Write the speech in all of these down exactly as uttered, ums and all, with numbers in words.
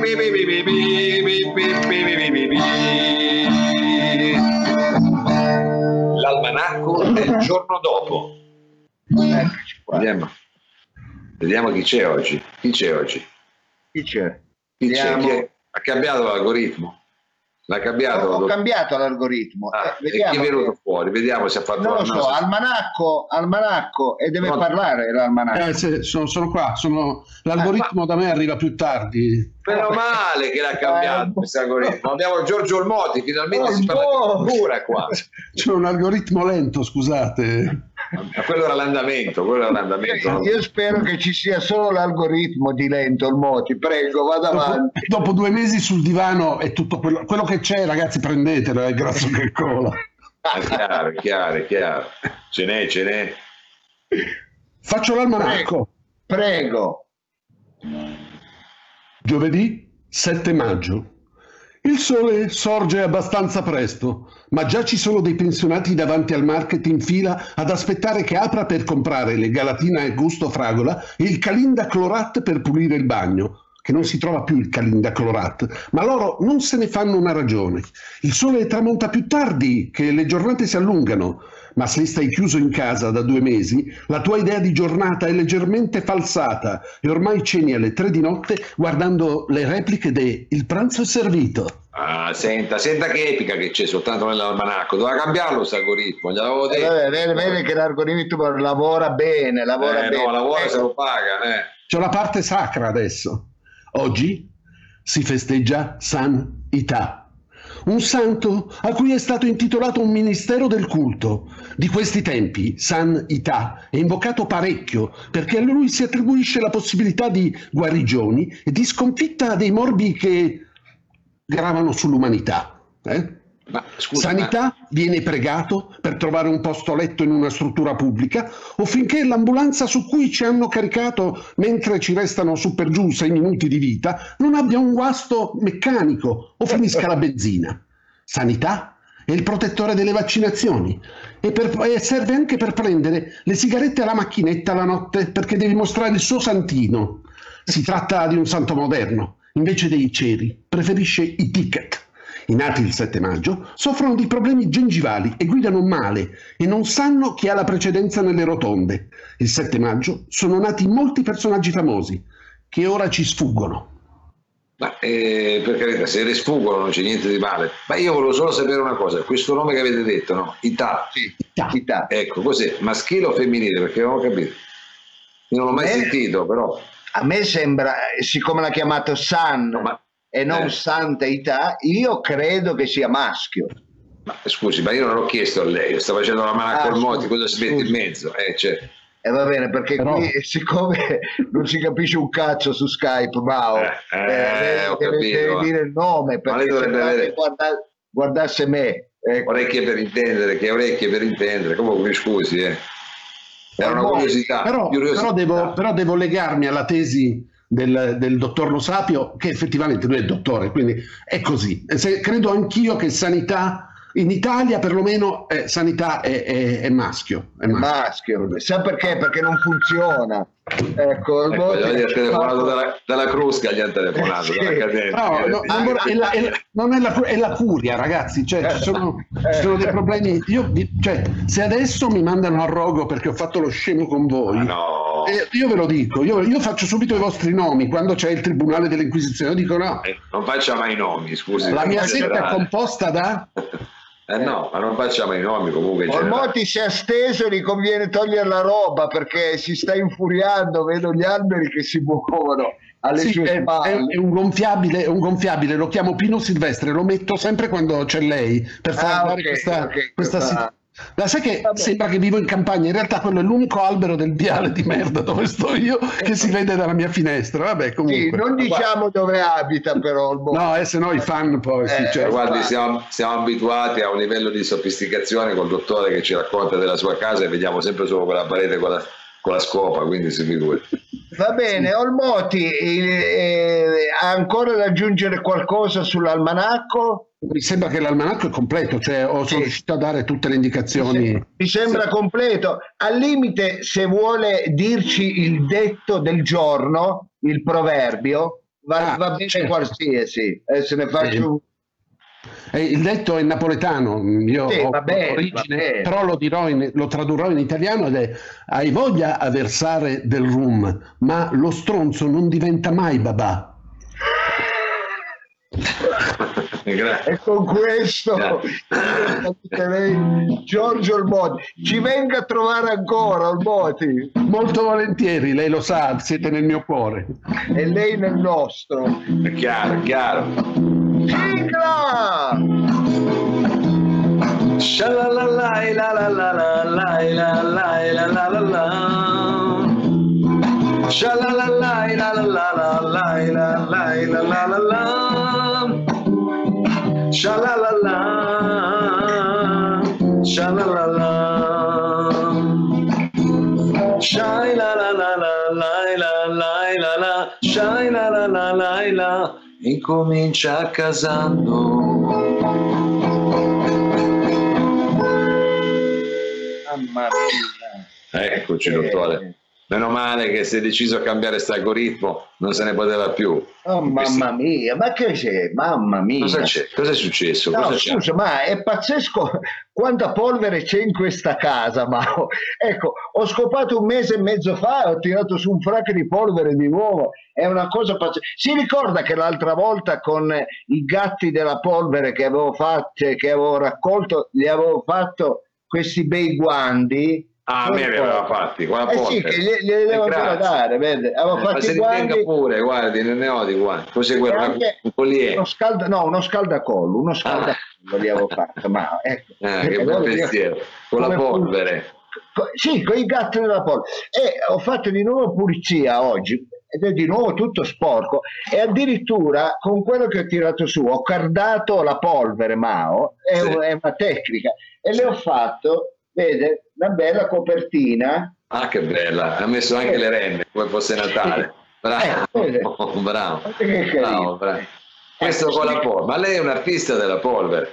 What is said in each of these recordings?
L'almanacco del giorno dopo. Eccoci qua. Vediamo, vediamo chi c'è oggi. Chi c'è oggi? Chi c'è? Chi c'è? Chi è? Ha cambiato l'algoritmo? L'ha cambiato? Ho, ho cambiato l'algoritmo. Ah, eh, e chi è venuto che... fuori? Vediamo se ha fatto non lo la so, naso. almanacco, almanacco e deve Pronto? parlare l'almanacco. Eh, se- sono, sono qua, sono... l'algoritmo da me arriva più tardi. Meno male che l'ha cambiato Eh, questo algoritmo. Abbiamo Giorgio Olmoti, finalmente Oh, si parla boh. di cultura qua. C'è un algoritmo lento, scusate. Ma quello era l'andamento, quello era l'andamento. Io, no? io spero che ci sia solo l'algoritmo di lento, il Moti, prego, vada Dopo, avanti. dopo due mesi sul divano è tutto quello, quello che c'è, ragazzi, prendetelo, è grasso che cola. È chiaro, è chiaro, è chiaro. Ce n'è, ce n'è. Faccio l'almanacco. Prego. Giovedì sette maggio. Il sole sorge abbastanza presto, ma già ci sono dei pensionati davanti al market in fila ad aspettare che apra per comprare le Galatina e gusto fragola e il Calinda Clorat per pulire il bagno, che non si trova più il Calinda Clorat, ma loro non se ne fanno una ragione. Il sole tramonta più tardi, che le giornate si allungano, ma se stai chiuso in casa da due mesi, la tua idea di giornata è leggermente falsata e ormai ceni alle tre di notte guardando le repliche de Il pranzo è servito. Ah, senta, senta che epica che c'è soltanto nell'almanacco. Doveva cambiarlo questo algoritmo, gliel'avevo Eh, detto. vabbè, vede, vede che l'algoritmo lavora bene, lavora Eh, bene. no, lavora Eh, se lo paga. Eh. C'è la parte sacra adesso. Oggi si festeggia San Ità, un santo a cui è stato intitolato un ministero del culto. Di questi tempi San Ità è invocato parecchio perché a lui si attribuisce la possibilità di guarigioni e di sconfitta dei morbi che gravano sull'umanità. Eh? Ma scusa, Sanità ma- viene pregato per trovare un posto letto in una struttura pubblica o finché l'ambulanza su cui ci hanno caricato mentre ci restano su per giù sei minuti di vita non abbia un guasto meccanico o finisca la benzina. Sanità è il protettore delle vaccinazioni e, per- e serve anche per prendere le sigarette alla macchinetta la notte perché devi mostrare il suo santino. Si tratta di un santo moderno, invece dei ceri preferisce i ticket. I nati il sette maggio soffrono di problemi gengivali e guidano male e non sanno chi ha la precedenza nelle rotonde. Il sette maggio sono nati molti personaggi famosi che ora ci sfuggono. ma, eh, per carità, se ne sfuggono non c'è niente di male. Ma io volevo solo sapere una cosa: questo nome che avete detto, no? Ità. Sì, Ità. Ità. Ecco, cos'è? Maschile o femminile? Perché non ho capito. Io non l'ho mai Eh. sentito, però. A me sembra, eh, siccome l'ha chiamato San No, ma- e non eh. Santa Ità, io credo che sia maschio. Ma scusi, ma io non l'ho chiesto a lei, sto facendo la mano Ah, col Moti, scusi, cosa si mette in scusi. mezzo? Eh, cioè, E va bene, perché Però- qui siccome non si capisce un cazzo su Skype, Mao, Eh, eh, deve, ho deve- capito, deve ma- dire il nome, ma perché lei dovrebbe se avere- guarda- guardasse me. Ecco. orecchie per intendere, che orecchie per intendere, comunque mi scusi, eh. Era una Eh, curiosità. Però, curiosità. però devo, però devo legarmi alla tesi del, del dottor Lo Sapio, che effettivamente lui è dottore, quindi è così. E se- credo anch'io che sanità, in Italia perlomeno, eh, sanità è, è- è maschio. È È maschio. maschio, sa perché? Perché non funziona. Ecco, il Ecco, Moti- gli ha telefonato dalla, dalla Crusca, gli hanno telefonato, Sì. dall'Accademia. No, no, non vorrei- è, la, è la- non è la, è la curia, ragazzi. Cioè, ci sono, ci sono dei problemi. Io, vi- cioè, se adesso mi mandano a rogo perché ho fatto lo scemo con voi, Ah, no. eh, io ve lo dico, io, io faccio subito i vostri nomi. Quando c'è il tribunale dell'Inquisizione, io dico no. Eh, non facciamo i nomi, scusi. La mia in setta è generale. composta da. Eh no, ma non facciamo i nomi comunque in generale. Ormoti si è steso e gli conviene togliere la roba perché si sta infuriando, vedo gli alberi che si muovono alle Sì, sue è, è- spalle. è un gonfiabile, è un gonfiabile, lo chiamo Pino Silvestre, lo metto sempre quando c'è lei per far Ah, dare ok, questa, ok, questa questa- si- Ma sai che Vabbè. sembra che vivo in campagna, in realtà quello è l'unico albero del viale di merda dove sto io che si vede dalla mia finestra. Vabbè, Sì, comunque. non diciamo dove abita però il Moti. No, eh, se no i fan poi sì, Eh, cioè, Ma guardi, infatti. siamo, siamo abituati a un livello di sofisticazione col dottore che ci racconta della sua casa e vediamo sempre solo quella parete con la, con la scopa, quindi si figuri. Va bene, Olmoti, eh, ha ancora da aggiungere qualcosa sull'almanacco? mi sembra che l'almanacco è completo, cioè ho sono Sì. riuscito a dare tutte le indicazioni. Mi sembra completo. Al limite, se vuole dirci il detto del giorno, il proverbio, va, Ah, va bene certo. qualsiasi, eh, se ne faccio un... Eh, il detto è napoletano, io Sì, ho va bene, origine, va bene. però lo dirò in- lo tradurrò in italiano ed è: hai voglia a versare del rum, ma lo stronzo non diventa mai babà. E con questo saluterei Giorgio Olmoti. Ci venga a trovare ancora, Olmoti, Molto volentieri, lei lo sa, siete nel mio cuore. e lei nel nostro. È chiaro, è chiaro. Sigla! Shalalalai, la la la la la la la la la la la. Shalalalai, la la la la la la la la la la la. Shalalala, shalalala. Shai la la la la la la la la la. Shai la la la la la. Incomincia casando. Mamma mia. Eccoci, dottore. Meno male che si è deciso a cambiare questo algoritmo, non se ne poteva più. Oh, mamma mia, ma che c'è? Mamma mia. Cosa c'è? Cosa è successo? No, Cosa c'è? scusa, ma è pazzesco quanta polvere c'è in questa casa, Mao. Ecco, ho scopato un mese e mezzo fa e ho tirato su un fracco di polvere di nuovo. È una cosa pazzesca. Si ricorda che l'altra volta con i gatti della polvere che avevo fatto, che avevo raccolto, gli avevo fatto questi bei guanti. Ah, a me li aveva fatti, con la Eh polvere. sì, che glieli glieli devo Eh, ancora grazie. dare, vede? Avevo Eh, fatto ma i se li guanti. tenga pure, guardi, ne ho di guanti. Così E guarda, anche un collier. uno, scalda, no, uno scaldacollo, uno scaldacollo gli avevo fatto, ma ecco. Ah, che bel pensiero. Con la Come fu- polvere. co- Sì, con i gatti della polvere. E ho fatto di nuovo pulizia oggi ed è di nuovo tutto sporco e addirittura con quello che ho tirato su ho cardato la polvere, Mao, è, Sì. un- è una tecnica e le ho fatto, vede, una bella copertina. Ah, che bella. Ha messo anche le renne, come fosse Natale. Bravo, Eh, vede. bravo. Guarda che carino. Bravo, bravo. Questo con la polvere. Ma lei è un artista della polvere.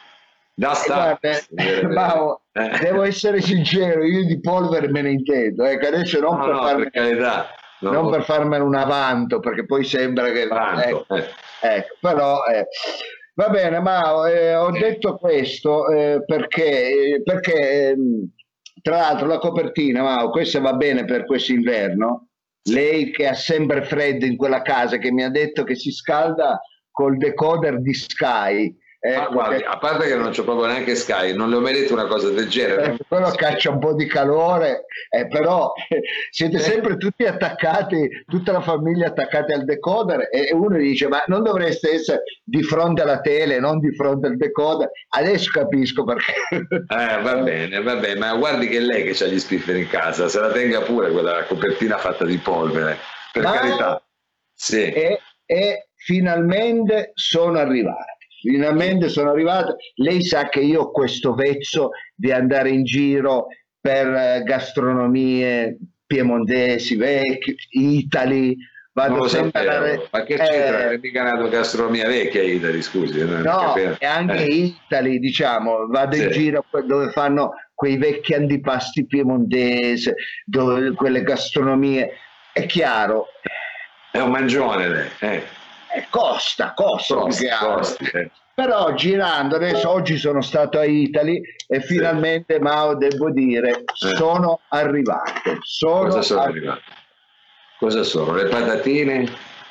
Da sta. Guarda, Mao, Eh. devo essere sincero, io di polvere me ne intendo, ecco, adesso non, No, per, no, farmene, per carità. No, non per farmene un avanto, perché poi sembra che... Tanto, ecco, eh. ecco, però... eh, va bene, Mao, eh, ho detto questo eh, perché, eh, perché ehm, tra l'altro la copertina, Mao, questa va bene per quest'inverno, lei che ha sempre freddo in quella casa, che mi ha detto che si scalda col decoder di Sky. Ma Ecco, guardi, che- a parte che non c'ho proprio neanche Sky, non le ho mai detto una cosa del genere. Eh, quello caccia un po' di calore, eh, però eh, siete sempre tutti attaccati, tutta la famiglia attaccati al decoder e uno dice ma non dovreste essere di fronte alla tele, non di fronte al decoder. Adesso capisco perché. Eh, va bene, va bene, ma guardi che è lei che ha gli spifferi in casa, se la tenga pure quella copertina fatta di polvere, per Ma- carità. Sì. E, e finalmente sono arrivati. Finalmente sono arrivato. Lei sa che io ho questo vezzo di andare in giro per eh, gastronomie piemontesi, vecchie, Italy. Non Vado lo sempre sapevo. alla re- Ma che eh, c'entra? È mica una gastronomia vecchia, Italy, scusi. non No, capivo. e anche Eh. Italy, diciamo, vado in Sì. giro dove fanno quei vecchi antipasti piemontesi, dove, quelle gastronomie. È chiaro, È un mangione lei. Eh. eh, costa, costa più Costi, che altro. costi, eh. Però girando, adesso oggi sono stato a Italy e finalmente, Mao, devo dire, sono arrivate. Sono Cosa sono arri- arrivate? Cosa sono? Le patatine?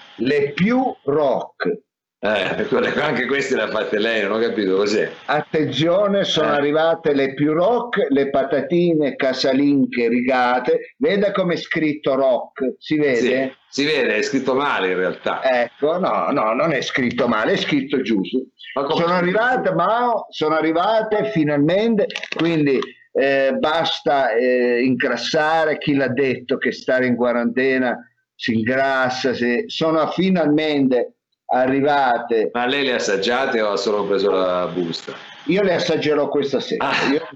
le più rock. Eh, quelle- anche queste le ha fatte lei, non ho capito cos'è. Attenzione, sono Eh. arrivate le più rock, le patatine casalinche rigate. Veda come è scritto rock, si Sì, vede? si vede, è scritto male in realtà. Ecco, no, no, non è scritto male, è scritto giusto. Ma come- Sono arrivate, Mao, sono arrivate finalmente, quindi eh, basta eh, ingrassare. Chi l'ha detto che stare in quarantena si ingrassa? Se sono finalmente arrivate. Ma lei le ha assaggiate o ha solo preso la busta? Io le assaggerò questa sera. Ah. Io-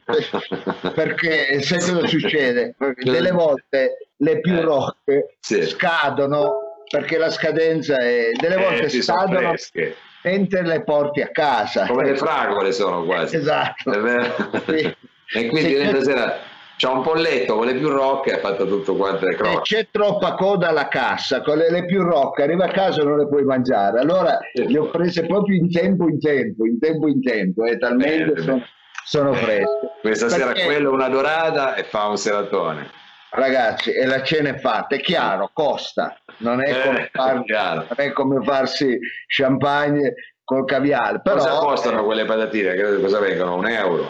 perché sai cosa succede? Perché delle volte le più Eh, rock sì. scadono perché la scadenza è delle volte Eh, sì, sono scadono fresche. mentre le porti a casa. Come le fragole sono quasi. Esatto. È vero? Sì. E quindi Sì. lei stasera c'ha un polletto con le più rocche e ha fatto tutto quanto le E croci. c'è troppa coda alla cassa, con le, le più rocche, arriva a casa e non le puoi mangiare. Allora le ho prese proprio in tempo in tempo, in tempo in tempo, e talmente Bene, sono, bene. sono fresche. Questa sera Perché, quello una dorata e fa un seratone. ragazzi, e la cena è fatta, è chiaro, costa, non è come, Eh, far- chiaro. non è come farsi champagne col caviale, però Cosa costano eh, quelle patatine? Credo cosa vengono? Un euro?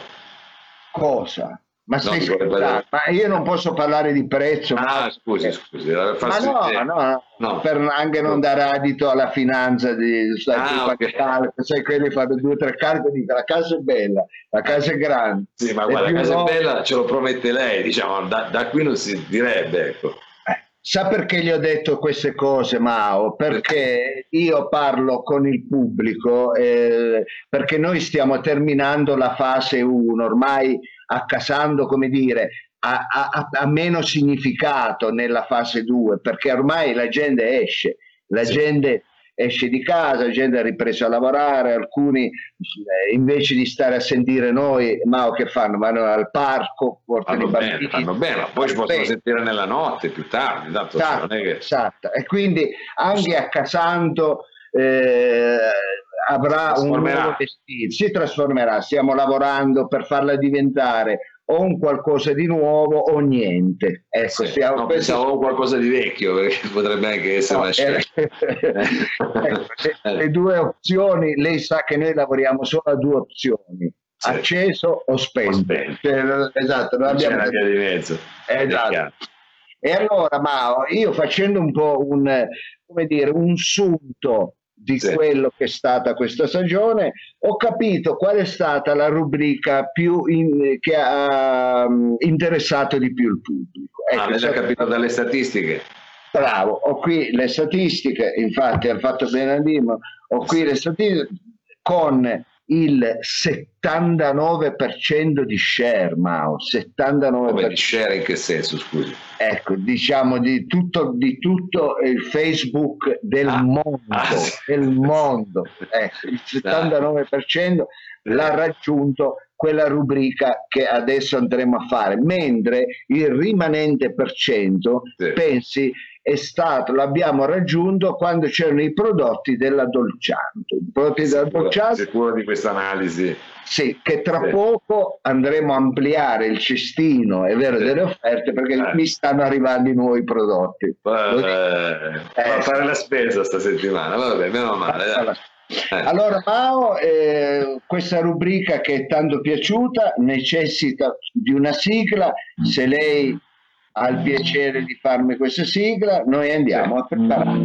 cosa? Ma No, sei dico le scherzato? patatine. Ma io non posso parlare di prezzo, Ah, ma, scusi, scusi. per ma farsi- no, eh, no, no. per anche non dare adito alla finanza di, sai, Ah, tu fai ok. il calcolo, sai, quelli fanno due o tre calcoli, dicono la casa è bella, la casa è grande, Sì, ma le guarda, più casa è robe- bella, ce lo promette lei, diciamo, da, da qui non si direbbe, ecco. Eh, Sa perché gli ho detto queste cose, Mao? Perché io parlo con il pubblico, eh, perché noi stiamo terminando la fase uno, ormai accasando, come dire, ha, ha- ha meno significato nella fase due, perché ormai la gente esce, la Sì. gente esce di casa, la gente ha ripreso a lavorare, alcuni eh, invece di stare a sentire noi, Mao, che fanno? Vanno al parco, portano Fanno i bene, bambini. fanno bene, ma poi ci possono Bene. sentire nella notte, più tardi, tanto cioè, non Esatto, è che... esatto. E quindi anche a Casanto eh, avrà un Trasformerà. nuovo destino, si trasformerà. Stiamo lavorando per farla diventare o un qualcosa di nuovo o niente. Ecco, Sì. stiamo, No, queste pensavo qualcosa di vecchio, perché potrebbe anche essere No, una eh, scelta. ecco, le, Eh. le due opzioni, lei sa che noi lavoriamo solo a due opzioni, Sì. acceso o spento. spento. Cioè, esatto, non Non c'è abbiamo una via di mezzo. È Esatto. chiaro. E allora, Mao, io facendo un po' un, come dire, un sunto di Sì. quello che è stata questa stagione, ho capito qual è stata la rubrica più in- che ha mm, interessato di più il pubblico. Ah, Ecco, l'hai già sa- capito dalle statistiche? Bravo, ho qui le statistiche, infatti ha fatto bene a dirlo, ho qui le statistiche con il settantanove per cento di share, Mao, settantanove per cento. Come di share in che senso, scusi? Ecco, diciamo di tutto, di tutto il Facebook del Ah, mondo, ah, sì. del mondo. Ecco, il settantanove per cento l'ha raggiunto quella rubrica che adesso andremo a fare, mentre il rimanente per cento, Sì. pensi, è stato, l'abbiamo raggiunto quando c'erano i prodotti della Dolcianto. I prodotti della Sicuro, Dolcianto, sicuro di questa analisi. sì, che tra Sì. poco andremo a ampliare il cestino, è vero, Sì. delle offerte, perché Eh. mi stanno arrivando i nuovi prodotti. Lo dico. Eh, fa Eh, fare la spesa sta settimana, vabbè, meno male. dai. Eh. Allora, Mao, eh, questa rubrica che è tanto piaciuta necessita di una sigla. Se lei ha il piacere di farmi questa sigla, noi andiamo a preparare.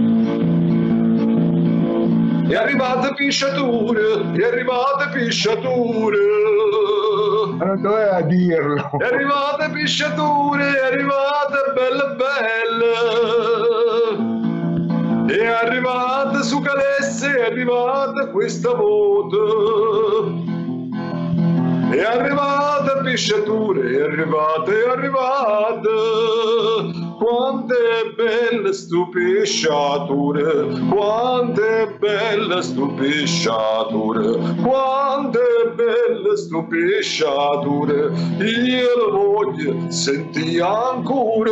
È arrivata pisciature, è arrivata pisciature. Ma non doveva dirlo. È arrivata pisciature, è arrivata bella bella. È arrivata su Calesse, è arrivata questa volta. È arrivata pisciature, è arrivata, è arrivata. Quante belle stupisciature, quante belle stupisciature, quante belle stupisciature, io le voglio sentire ancora.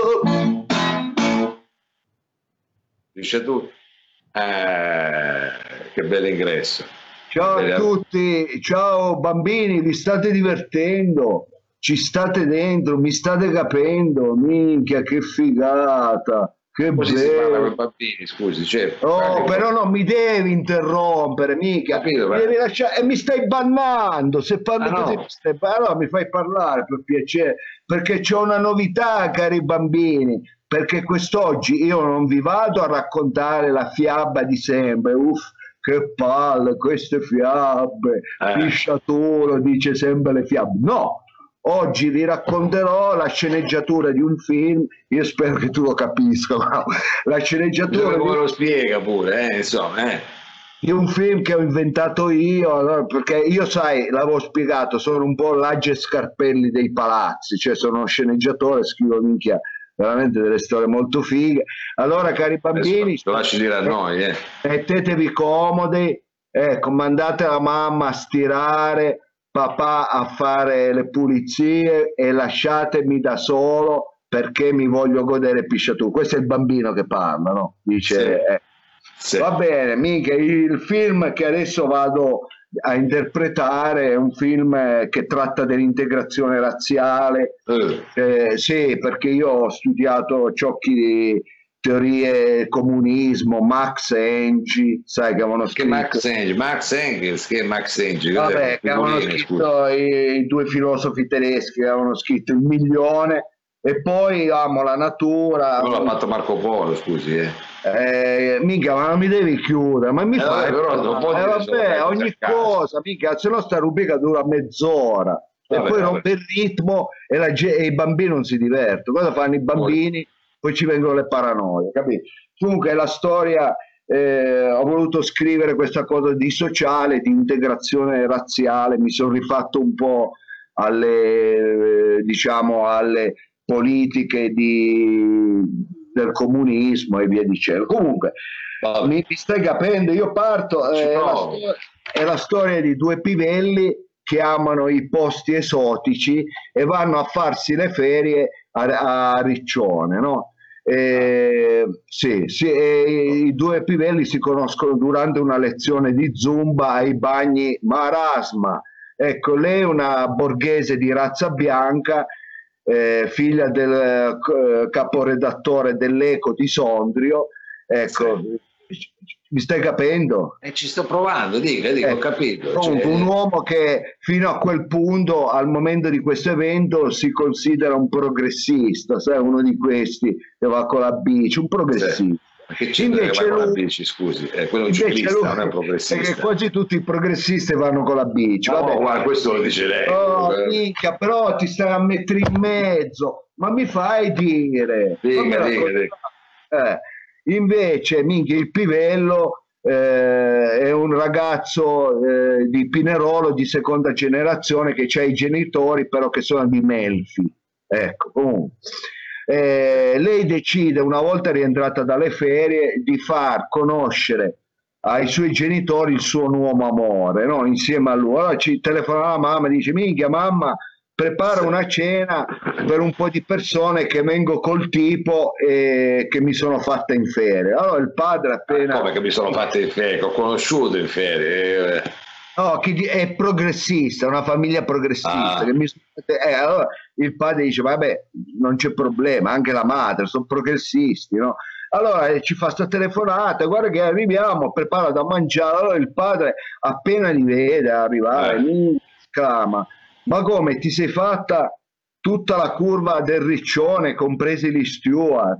Dice tu, eh, che bell'ingresso. Ciao a Bene. tutti, ciao bambini, vi state divertendo? Ci state dentro, mi state capendo? Minchia, che figata, che Così si parla con i bello. bambini, scusi, cioè, Oh, anche- però non mi devi interrompere, mica. Capito, Mi beh. devi lasciare- e mi stai bannando. Se parli Ah, no. così, mi stai... allora mi fai parlare per piacere, perché c'è una novità, cari bambini. Perché quest'oggi io non vi vado a raccontare la fiaba di sempre. Uff, che palle, queste fiabe. Eh. Pisciatore dice sempre le fiabe. No. Oggi vi racconterò la sceneggiatura di un film, io spero che tu lo capisca, ma la sceneggiatura Bisogna come di, lo spiega pure, eh, insomma, eh. di un film che ho inventato io, allora, perché io, sai, l'avevo spiegato, sono un po' l'Agge Scarpelli dei palazzi, cioè sono uno sceneggiatore, scrivo minchia, veramente delle storie molto fighe. Allora, cari bambini, Adesso lo lasci dire a noi, eh. mettetevi comodi, ecco, mandate la mamma a stirare, papà a fare le pulizie e lasciatemi da solo perché mi voglio godere pisciatù. Questo è il bambino che parla, no? Dice, Sì. eh, Sì. va bene, mica il film che adesso vado a interpretare è un film che tratta dell'integrazione razziale. Eh. Eh, sì, perché io ho studiato ciocchi di teorie comunismo, Max Engi, sai che avevano Che scritto, Max Engels, Max Engels, che Max Engels, vabbè, che avevano Figurine, scusa. scritto i, i due filosofi tedeschi, che avevano scritto Il milione e poi amo la natura. Quello l'ha fatto Marco Polo, scusi, eh. Eh, mica, ma non mi devi chiudere, ma mi Eh, fai vabbè, però non può eh, dire solo vabbè, cose a ogni caso. cosa, mica, se no sta rubrica dura mezz'ora e Vabbè, poi vabbè. rompe il ritmo e, la ge- e i bambini non si divertono. Cosa fanno i bambini? Poi ci vengono le paranoie, capito? Comunque la storia, eh, ho voluto scrivere questa cosa di sociale, di integrazione razziale, mi sono rifatto un po' alle, eh, diciamo, alle politiche di, del comunismo e via dicendo. Comunque, Vabbè. mi, mi stai capendo, io parto, Ci eh, la provo. sto- è la storia di due pivelli che amano i posti esotici e vanno a farsi le ferie a, a Riccione, no? Eh, sì, sì, e i due pivelli si conoscono durante una lezione di Zumba ai bagni Marasma. Ecco, lei è una borghese di razza bianca, eh, figlia del eh, caporedattore dell'Eco di Sondrio. Ecco, mi stai capendo? E ci sto provando, dica, dica, ho Ecco, capito. comunque, Cioè, un uomo che fino a quel punto, al momento di questo evento, si considera un progressista, sai, uno di questi che va con la bici, un progressista. ma che c'entra che Invece va con la lui- bici, scusi? Eh, quello è un Invece ciclista, lui- non è un perché progressista. quasi tutti i progressisti vanno con la bici. No, Vabbè. guarda, questo lo dice lei. Oh, Eh, minchia, però ti stai a mettere in mezzo, ma mi fai dire? Dica, Fammi dica, raccontare. Eh, invece, minchia, il Pivello eh, è un ragazzo eh, di Pinerolo di seconda generazione che ha i genitori, però che sono di Melfi. Ecco, comunque. Eh, lei decide, una volta rientrata dalle ferie, di far conoscere ai suoi genitori il suo nuovo amore, no? Insieme a lui. Allora ci telefona la mamma e dice: minchia, mamma, prepara una cena per un po' di persone che vengo col tipo e che mi sono fatta in ferie. Allora il padre appena... come che mi sono fatte in ferie, che ho conosciuto in ferie. eh, No, chi di- è progressista, una famiglia progressista. Ah. Che mi- eh, allora il padre dice: vabbè, non c'è problema, anche la madre, sono progressisti, no? Allora eh, ci fa sta telefonata, guarda che arriviamo, prepara da mangiare. Allora il padre, appena li vede arrivare, Eh. mi esclama: ma come ti sei fatta tutta la curva del Riccione, compresi gli Stewart?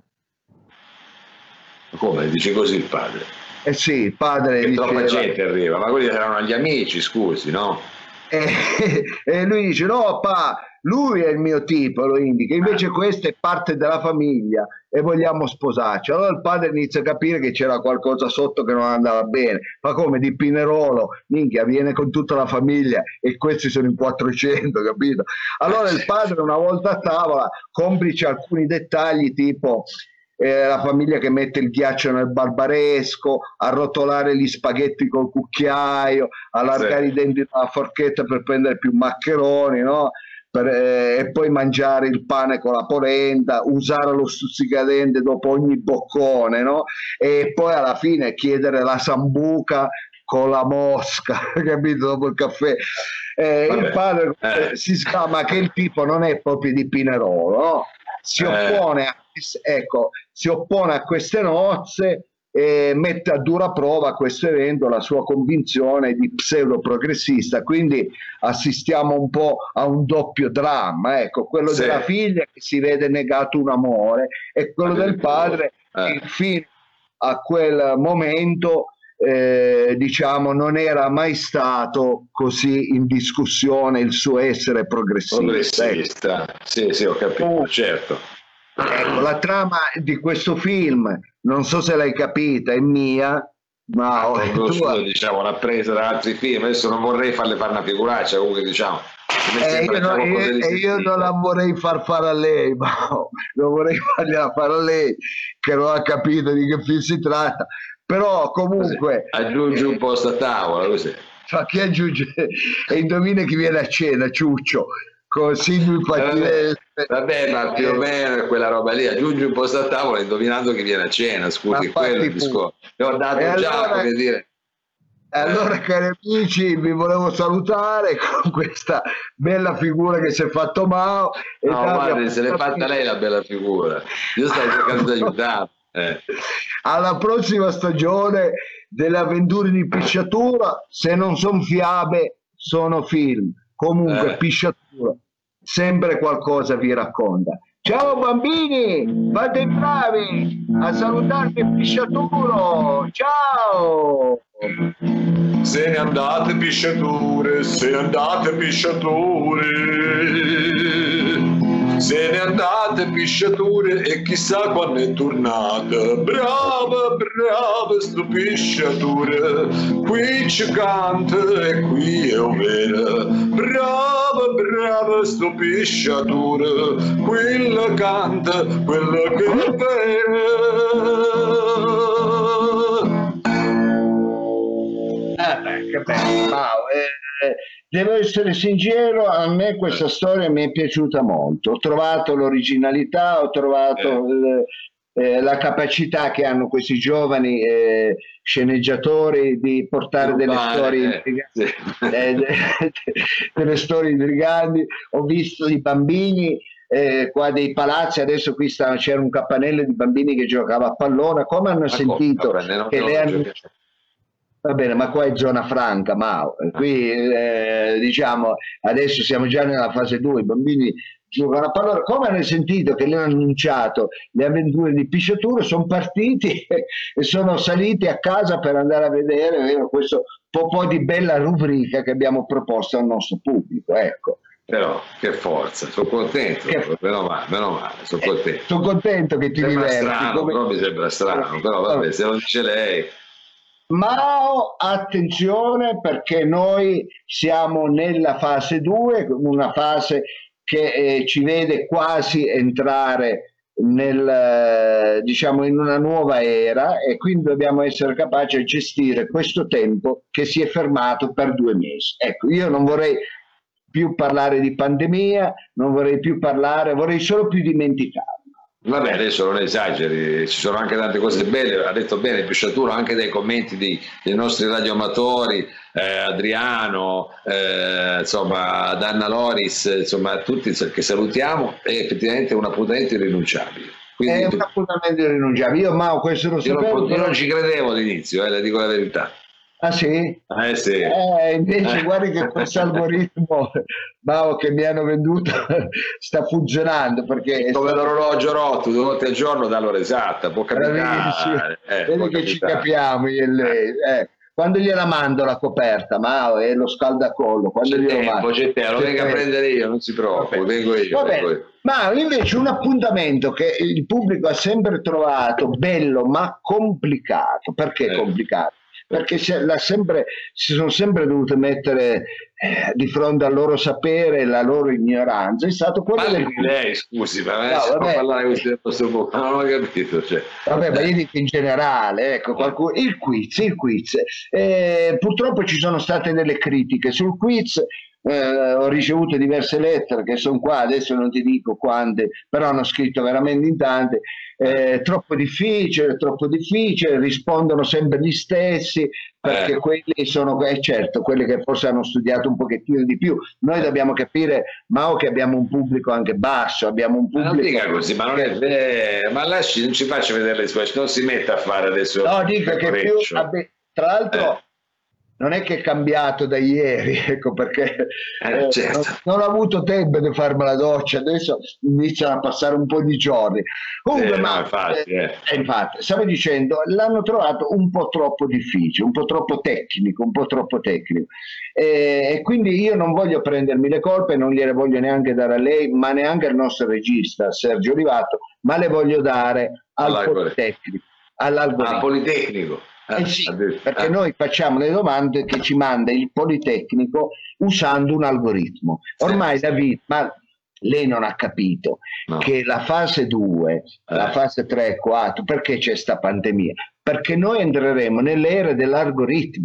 Come dice così il padre? Eh sì, il padre Che troppa diceva, gente arriva, ma quelli erano gli amici, scusi, no? e, e lui dice: no, pa, lui è il mio tipo, lo indica, invece questa è parte della famiglia e vogliamo sposarci. Allora il padre inizia a capire che c'era qualcosa sotto che non andava bene. Ma come, di Pinerolo, minchia, viene con tutta la famiglia e questi sono in quattrocento, capito? Allora il padre, una volta a tavola, complice alcuni dettagli tipo eh, la famiglia che mette il ghiaccio nel barbaresco, arrotolare gli spaghetti col cucchiaio, allargare Sì. i denti dalla forchetta per prendere più maccheroni, no? Per, eh, e poi mangiare il pane con la polenta, usare lo stuzzicadente dopo ogni boccone, no? E poi alla fine chiedere la sambuca con la mosca, capito? Dopo il caffè. Eh, Vabbè. il padre Eh. eh, si scama che il tipo non è proprio di Pinerolo, no? Si Eh. oppone a, ecco, si oppone a queste nozze e mette a dura prova a questo evento la sua convinzione di pseudo progressista. Quindi assistiamo un po' a un doppio dramma, ecco, quello Sì. della figlia che si vede negato un amore e quello del padre Eh. che fino a quel momento eh, diciamo non era mai stato così in discussione il suo essere progressista. Ecco. Progressista, sì, sì, ho capito, Oh. certo. Ecco, la trama di questo film, non so se l'hai capita, è mia, ma Ho tu- conosciuto, diciamo, l'ha presa da altri film, adesso non vorrei farle fare una figuraccia, comunque diciamo. mi eh, sembra io, no- qualcosa io- di e io sentito. non la vorrei far fare a lei, ma non vorrei fargliela fare a lei, che non ha capito di che film si tratta, però Così, comunque... aggiungi un posto a tavola, così. fa chi aggiunge e indovina chi viene a cena, Ciuccio, con Silvio Pattinelli. Eh, vabbè, ma più o meno è quella roba lì, aggiungi un posto a tavola indovinando chi viene a cena, scusi, quello è il discorso. Ne ho dato E già, allora- come dire. Allora, cari amici, vi volevo salutare con questa bella figura che si è fatto Mao. e No, darvi guardi, se l'è fatta appuntamento lei la bella figura. Io stavo cercando di aiutare. Eh. alla prossima stagione delle avventure di Pisciatura. Se non sono fiabe, sono film. Comunque, Eh. Pisciatura sempre qualcosa vi racconta. Ciao bambini, fate i bravi a salutarmi il Pisciaturo. Ciao! Se ne andate pisciature, se ne andate pisciature, se ne andate pisciature e chissà quando è tornata. Brava, brava sto pisciature, qui ci canta e qui è vera. Brava, brava sto pisciature, quella canta, quella che è vera. Ah, beh, che bello, Mao. Eh, devo essere sincero, a me questa storia mi è piaciuta molto. Ho trovato l'originalità, ho trovato eh, eh, la capacità che hanno questi giovani eh, sceneggiatori di portare delle Rubare, storie eh, intriganti, sì. eh, de- delle storie intriganti. Ho visto i bambini eh, qua dei palazzi, adesso qui sta- c'era un capannello di bambini che giocava a pallone. Come hanno Ma sentito come? Non- che non le lo hanno... giochiamo. Va bene, ma qua è zona franca, Mao. E qui eh, diciamo adesso siamo già nella fase due, i bambini giocano a pallone. Come hanno sentito che le hanno annunciato le avventure di Pisciatura, sono partiti e sono saliti a casa per andare a vedere vero, questo po', po' di bella rubrica che abbiamo proposto al nostro pubblico. Ecco. Però che forza, sono contento, Che- meno male, meno male, sono contento. Sono contento che ti Sembra diverti. strano, come- però mi sembra strano, però vabbè, se lo dice lei. Mao, attenzione perché noi siamo nella fase due, una fase che eh, ci vede quasi entrare nel, eh, diciamo, in una nuova era e quindi dobbiamo essere capaci di gestire questo tempo che si è fermato per due mesi. Ecco, io non vorrei più parlare di pandemia, non vorrei più parlare, vorrei solo più dimenticarlo. Vabbè, adesso non esageri, ci sono anche tante cose belle, ha detto bene Pisciatura, anche dai commenti di- dei nostri radioamatori, eh, Adriano, eh, insomma, Danna Loris, insomma, tutti che salutiamo, è effettivamente un appuntamento irrinunciabile. Quindi È tu- un appuntamento irrinunciabile. Io, Mao, questo lo io, sapevo. non, io però- non ci credevo all'inizio, eh, le dico la verità. Ah sì? Eh sì. Eh, invece Eh. guardi che questo algoritmo Mao, che mi hanno venduto sta funzionando perché è Come stato l'orologio rotto due volte al giorno dà l'ora esatta, può bravissimo. capitare. eh, Vedi può che ci capitare. capiamo io e lei. Eh, quando gliela mando la coperta, Mao, e lo scaldacollo, quando C'è glielo tempo, mando. c'è tempo, lo C'è venga a tempo. prendere io, non si preoccupi, Vabbè. vengo io. Va vengo bene. io. Ma invece un appuntamento che il pubblico ha sempre trovato bello ma complicato. Perché Eh. complicato? Perché si, l'ha sempre, si sono sempre dovute mettere eh, di fronte al loro sapere e la loro ignoranza. È stato quello Parli del di lei, scusi, ma No, si può vabbè. parlare così del nostro bocca, non ho capito. Cioè. Vabbè, ma io dico in generale, ecco, qualcuno, il quiz, il quiz. Eh, purtroppo ci sono state delle critiche sul quiz, eh, ho ricevuto diverse lettere che sono qua, adesso non ti dico quante, però hanno scritto veramente in tante, eh, troppo difficile, troppo difficile, rispondono sempre gli stessi, perché Eh. quelli sono, eh, certo, quelli che forse hanno studiato un pochettino di più. Noi dobbiamo capire, Mao, che abbiamo un pubblico anche basso, abbiamo un Ma non pubblico... dica così, ma non è vero, ma lasci, non ci faccia vedere le sue, non si metta a fare adesso. No, dica che più, pecoreccio. vabbè, tra l'altro Eh. non è che è cambiato da ieri, ecco perché Eh, eh, certo. non, non ho avuto tempo di farmi la doccia, adesso iniziano a passare un po' di giorni. Comunque, Eh, no, ma, infatti, eh, eh. eh, infatti, stavo dicendo, l'hanno trovato un po' troppo difficile, un po' troppo tecnico, un po' troppo tecnico. Eh, e quindi io non voglio prendermi le colpe, non gliele voglio neanche dare a lei, ma neanche al nostro regista Sergio Rivato, ma le voglio dare al All'algoritmo. Politecnico, Ah, all'algoritmo. Politecnico. Ah, Eh sì, ha detto- perché ah. noi facciamo le domande che ci manda il Politecnico usando un algoritmo. Ormai Sì, sì. David, ma lei non ha capito No. che la fase due, la Eh. fase tre e quattro, perché c'è sta pandemia? Perché noi entreremo nell'era dell'algoritmo.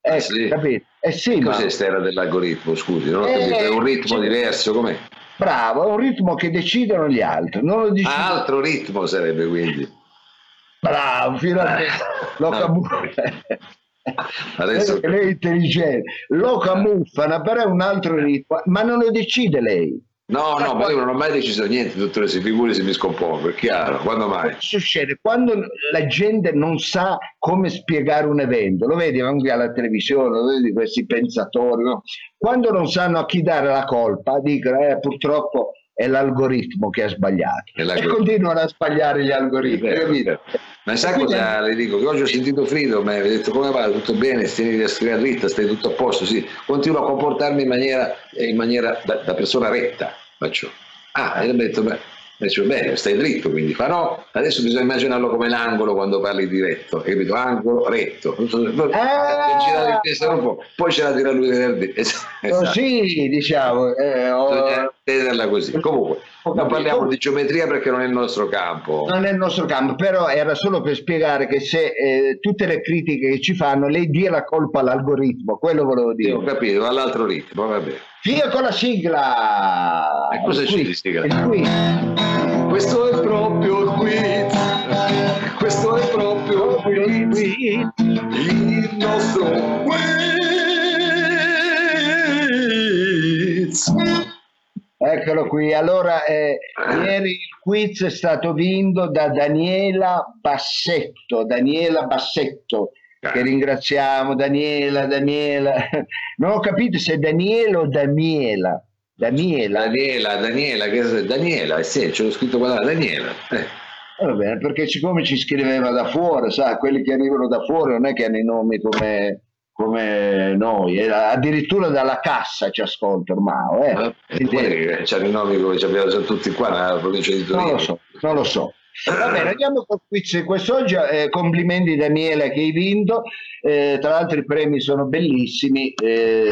Ecco, Ah, sì? capito? Eh sì, ma Cos'è questa era dell'algoritmo? Scusi, non ho capito, è un eh, ritmo sì, diverso, com'è? bravo, è un ritmo che decidono gli altri, non lo Ah, decide. altro ritmo sarebbe quindi. Bravo, finalmente lo Ah, camuffa. adesso Vedo ho che lei è capito. intelligente, lo camuffano, però è un altro ritmo, ma non lo decide lei. No, Sa no, ma io quando- non ho mai deciso niente, dottore, si figuri se mi scompongo, è chiaro, quando mai? Cosa succede? Quando la gente non sa come spiegare un evento, lo vedi anche alla televisione, lo vedi questi pensatori, no? Quando non sanno a chi dare la colpa, dicono eh, purtroppo è l'algoritmo che ha sbagliato È e l'algoritmo. continuano a sbagliare gli È algoritmi, vero, è capito? vero. Ma E sa quindi cosa le dico? Che oggi ho sentito Frido, mi ha detto come va, tutto bene, stieni a scrivere dritta, stai tutto a posto, sì, continuo a comportarmi in maniera, in maniera da, da persona retta, faccio. Ah, e ho detto, beh, faccio, bene, stai dritto, quindi fa no, adesso bisogna immaginarlo come l'angolo quando parli diretto, hai capito? Angolo, retto. Non so, non, girare il ah, testa un po', poi ce la tira lui venerdì. Esatto. così diciamo, eh, Bisogna ho, tenerla così. Comunque, ho non parliamo capito. di geometria perché non è il nostro campo. Non è il nostro campo, però era solo per spiegare che se eh, tutte le critiche che ci fanno, lei dia la colpa all'algoritmo, quello volevo Sì, ho dire. capito, all'altro ritmo, va bene. Via con la sigla! E cosa Il ci quiz, distiga? il quiz. Questo è proprio il quiz, questo è proprio il Proprio il quiz, quiz. il nostro quiz. Eccolo qui. Allora, eh, ieri il quiz è stato vinto da Daniela Bassetto. Daniela Bassetto, che ringraziamo. Daniela, Daniela. Non ho capito se è Daniela o Daniela. Daniela. Daniela, Daniela, che Daniela, eh sì, ce l'ho scritto qua, Daniela. Eh. Eh, Va bene, perché siccome ci scriveva da fuori, sa, quelli che arrivano da fuori non è che hanno i nomi come, come noi, eh, addirittura dalla cassa ci ascolta ormai. Eh. Eh, guarda che c'hanno i nomi come ci abbiamo già tutti qua nella provincia di Non Torino. lo so, non lo so. Va bene, andiamo col quiz quest'oggi. Eh, complimenti Daniela che hai vinto. Eh, tra l'altro i premi sono bellissimi. Eh,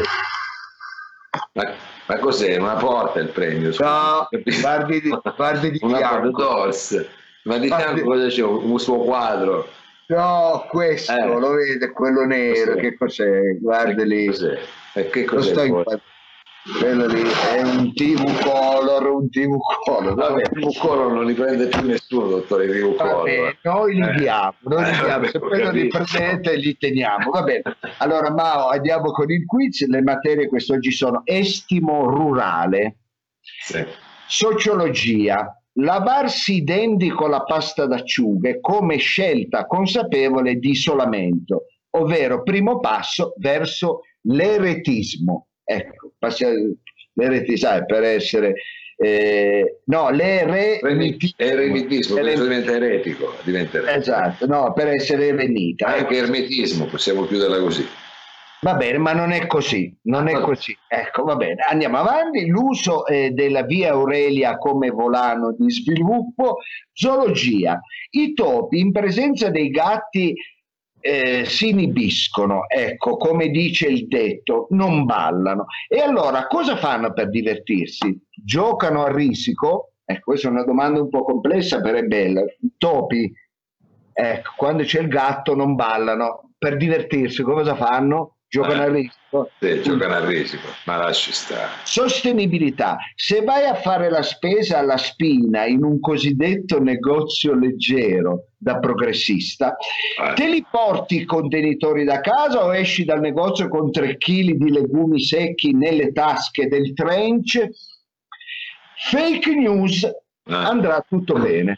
Ma, ma cos'è? Una porta il premio? Scusi, no, capito? guardi di, guardi di Una porta fianco. d'ors. Ma di Guardi- fianco cosa c'è? Un, un suo quadro. No, questo, Eh. lo vede, quello nero, Cos'è? che cos'è? Guardi lì. Cos'è? E che Lo cos'è? sto poi? inquadrando. Quello lì è un T V color, un T V color. Ma Va il bene. T V Color non li prende più nessuno, dottore, i T V Va Color. bene, noi li Eh. diamo, noi li Eh, diamo. vabbè, Se ho poi non li capito. prendete li teniamo, va bene. Allora Mao, andiamo con il quiz. Le materie quest'oggi sono estimo rurale, Sì. sociologia, lavarsi i denti con la pasta d'acciughe come scelta consapevole di isolamento, ovvero primo passo verso l'eretismo. Ecco, passiamo- l'eretismo, sai, per essere... eh, no, l'eremitismo. Eremitismo, Ere- questo diventa eretico. Diventa eretico. Esatto, no, per essere erenita. Anche ermetismo, possiamo chiuderla così. Va bene, ma non è così, non è così. Ecco, va bene, andiamo avanti. L'uso eh, della via Aurelia come volano di sviluppo, zoologia. I topi in presenza dei gatti eh, si inibiscono, ecco, come dice il detto, non ballano. E allora cosa fanno per divertirsi? Giocano a risico? Ecco, questa è una domanda un po' complessa, però è bella. I topi, ecco, quando c'è il gatto non ballano. Per divertirsi cosa fanno? Giocano Eh. a risico. Sì, giocano a risico, ma lasci stare. Sostenibilità. Se vai a fare la spesa alla spina in un cosiddetto negozio leggero da progressista, Eh. te li porti i contenitori da casa o esci dal negozio con tre chili di legumi secchi nelle tasche del trench? Fake news, andrà tutto bene.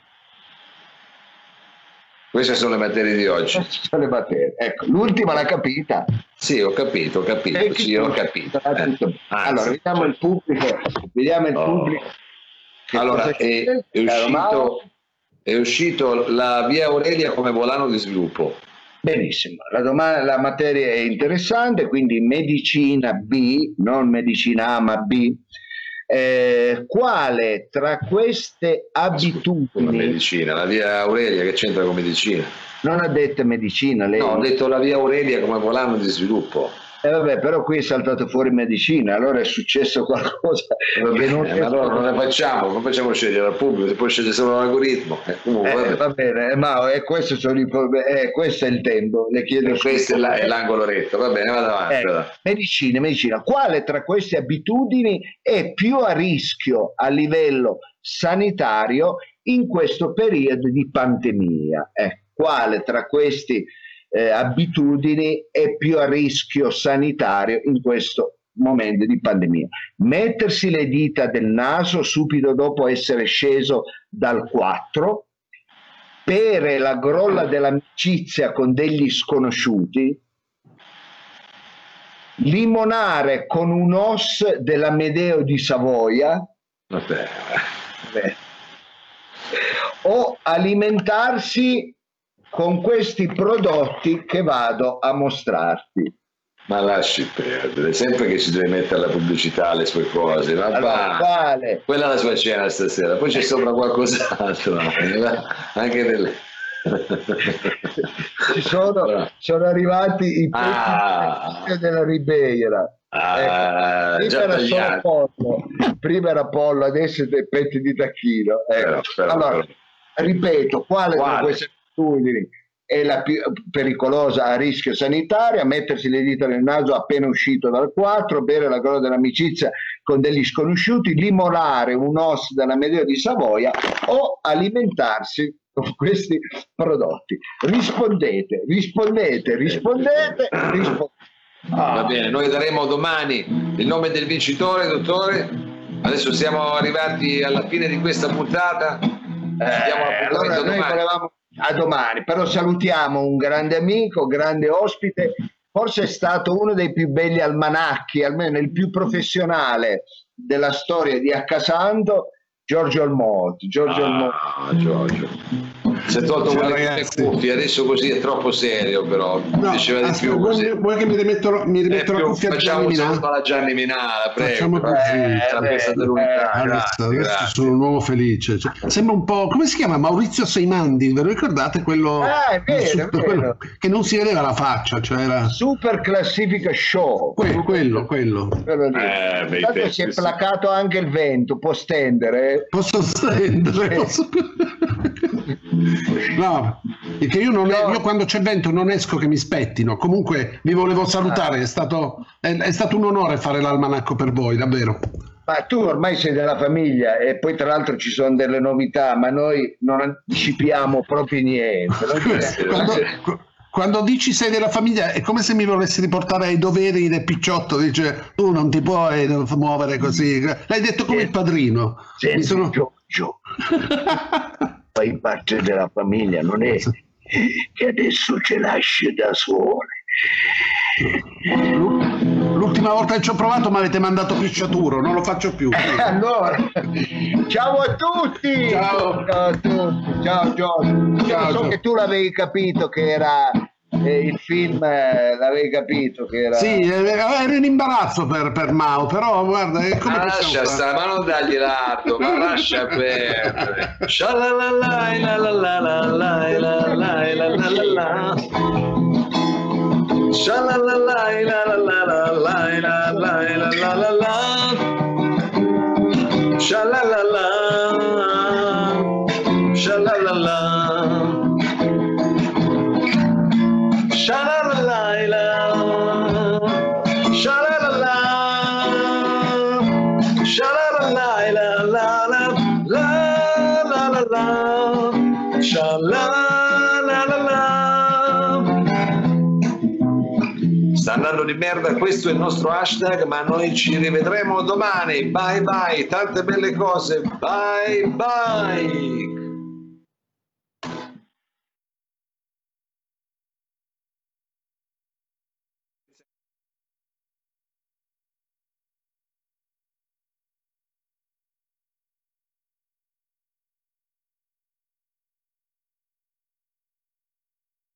Queste sono le materie di oggi. Queste sono le materie. Ecco, l'ultima l'ha capita. Sì, ho capito, ho capito, Fake sì, ho news, capito. andrà Eh. tutto bene. Anzi, Allora, vediamo il pubblico. Vediamo il Oh. pubblico. Che Allora, cosa è, c'è? è Caro Mauro? uscito, è uscito la via Aurelia come volano di sviluppo. Benissimo, la, domanda, la materia è interessante, quindi medicina B, non medicina A ma B. Eh, quale tra queste Come abitudini, medicina, la via Aurelia che c'entra con medicina? non ha detto medicina lei? No, ho detto la via Aurelia come volano di sviluppo. Eh, vabbè, però qui è saltato fuori medicina, allora è successo qualcosa Eh, va che non bene, ma allora non ne facciamo, non facciamo scegliere al pubblico, se poi sceglie solo l'algoritmo. Eh, comunque, Eh, vabbè. va bene, eh, ma eh, questo, sono i problemi, eh, questo è il tempo, le chiedo E questo è, scusa. la- è l'angolo retto, va bene, vado avanti. Ecco, vado. medicina, medicina. Quale tra queste abitudini è più a rischio a livello sanitario in questo periodo di pandemia? Eh, quale tra queste eh, abitudini è più a rischio sanitario in questo momento di pandemia? Mettersi le dita del naso subito dopo essere sceso dal quattro, bere la grolla dell'amicizia con degli sconosciuti, limonare con un os dell'Amedeo di Savoia, Vabbè. beh, o alimentarsi con questi prodotti che vado a mostrarti. Ma lasci perdere, sempre che si deve mettere la pubblicità alle sue cose, ma Allora, va. quale? Quella è la sua cena stasera, poi c'è sopra qualcos'altro, anche delle... Ci sono, sono arrivati i petti Ah. della Ribeira. Ah, Ecco, già prima era solo tagliati. pollo, prima era pollo, adesso è dei petti di tacchino. Ecco. Però, però, allora, però. ripeto, quale tra Quale? queste abitudini è la più pericolosa a rischio sanitario? Mettersi le dita nel naso appena uscito dal quattro, bere la grolla dell'amicizia con degli sconosciuti, limonare un os dell'Amedeo di Savoia o alimentarsi con questi prodotti. Rispondete, rispondete, rispondete, rispondete. Va bene, noi daremo domani il nome del vincitore, dottore. Adesso siamo arrivati alla fine di questa puntata. Ci diamo Eh, appuntamento allora noi domani. volevamo a domani, però salutiamo un grande amico, grande ospite, forse è stato uno dei più belli almanacchi, almeno il più professionale della storia di Accasando, Giorgio Almoti. Giorgio Almoti. Ah, Giorgio. Si è tolto Ciao, quelle ragazzi. cuffie, adesso così è troppo serio, però No, diceva di aspetta, più vuoi, così. vuoi che mi rimetto, mi Eh, rimetto la più- cuffia di facciamo Gianni un Minà? saluto alla Gianni Minà, prego. Facciamo così. Eh, la Eh, festa eh, dell'unità. Adesso, Grazie, adesso grazie. sono un uomo felice. Cioè, sembra un po', come si chiama? Maurizio Seimandi, ve lo ricordate? Quello, Ah, è vero, il è super- vero. quello che non si vedeva la faccia, cioè era Super classifica show. que- quello, quello. Quello lì. Eh, bei Intanto tempi, si è sì. placato anche il vento, può stendere. eh. Posso stendere? Posso... No, perché io, non è- io quando c'è vento non esco che mi spettino. Comunque vi volevo salutare, è stato, è, è stato un onore fare l'almanacco per voi, davvero. Ma tu ormai sei della famiglia e poi tra l'altro ci sono delle novità, ma noi non anticipiamo proprio niente. Non- Quando, quando dici sei della famiglia è come se mi volessi riportare ai doveri del picciotto, dice tu non ti puoi muovere così. L'hai detto come il padrino. Senti, Mi sono... Giorgio, fai parte della famiglia, non è che adesso ce lasci da sole. L'ultima volta che ci ho provato mi avete mandato pisciaturo, non lo faccio più. Allora, ciao a tutti! Ciao. Ciao a tutti, ciao Giorgio. Ciao, so Gio. che tu l'avevi capito che era eh, il film, eh, l'avevi capito che era... Sì, eh, ero in imbarazzo per, per Mao, però guarda, è come Ma possiamo lascia fare? stare, ma non dagli l'atto, ma lascia perdere. Shalalalai, la la la la la la la la la la la. Shalalalai, la la la la la la la la la la la. Shalalala, shalalala. Shalalai, la. Shalalala. Shalalala, la la la la la la la. Shalalala. Sta andando di merda, questo è il nostro hashtag, ma noi ci rivedremo domani. Bye bye, tante belle cose. Bye bye.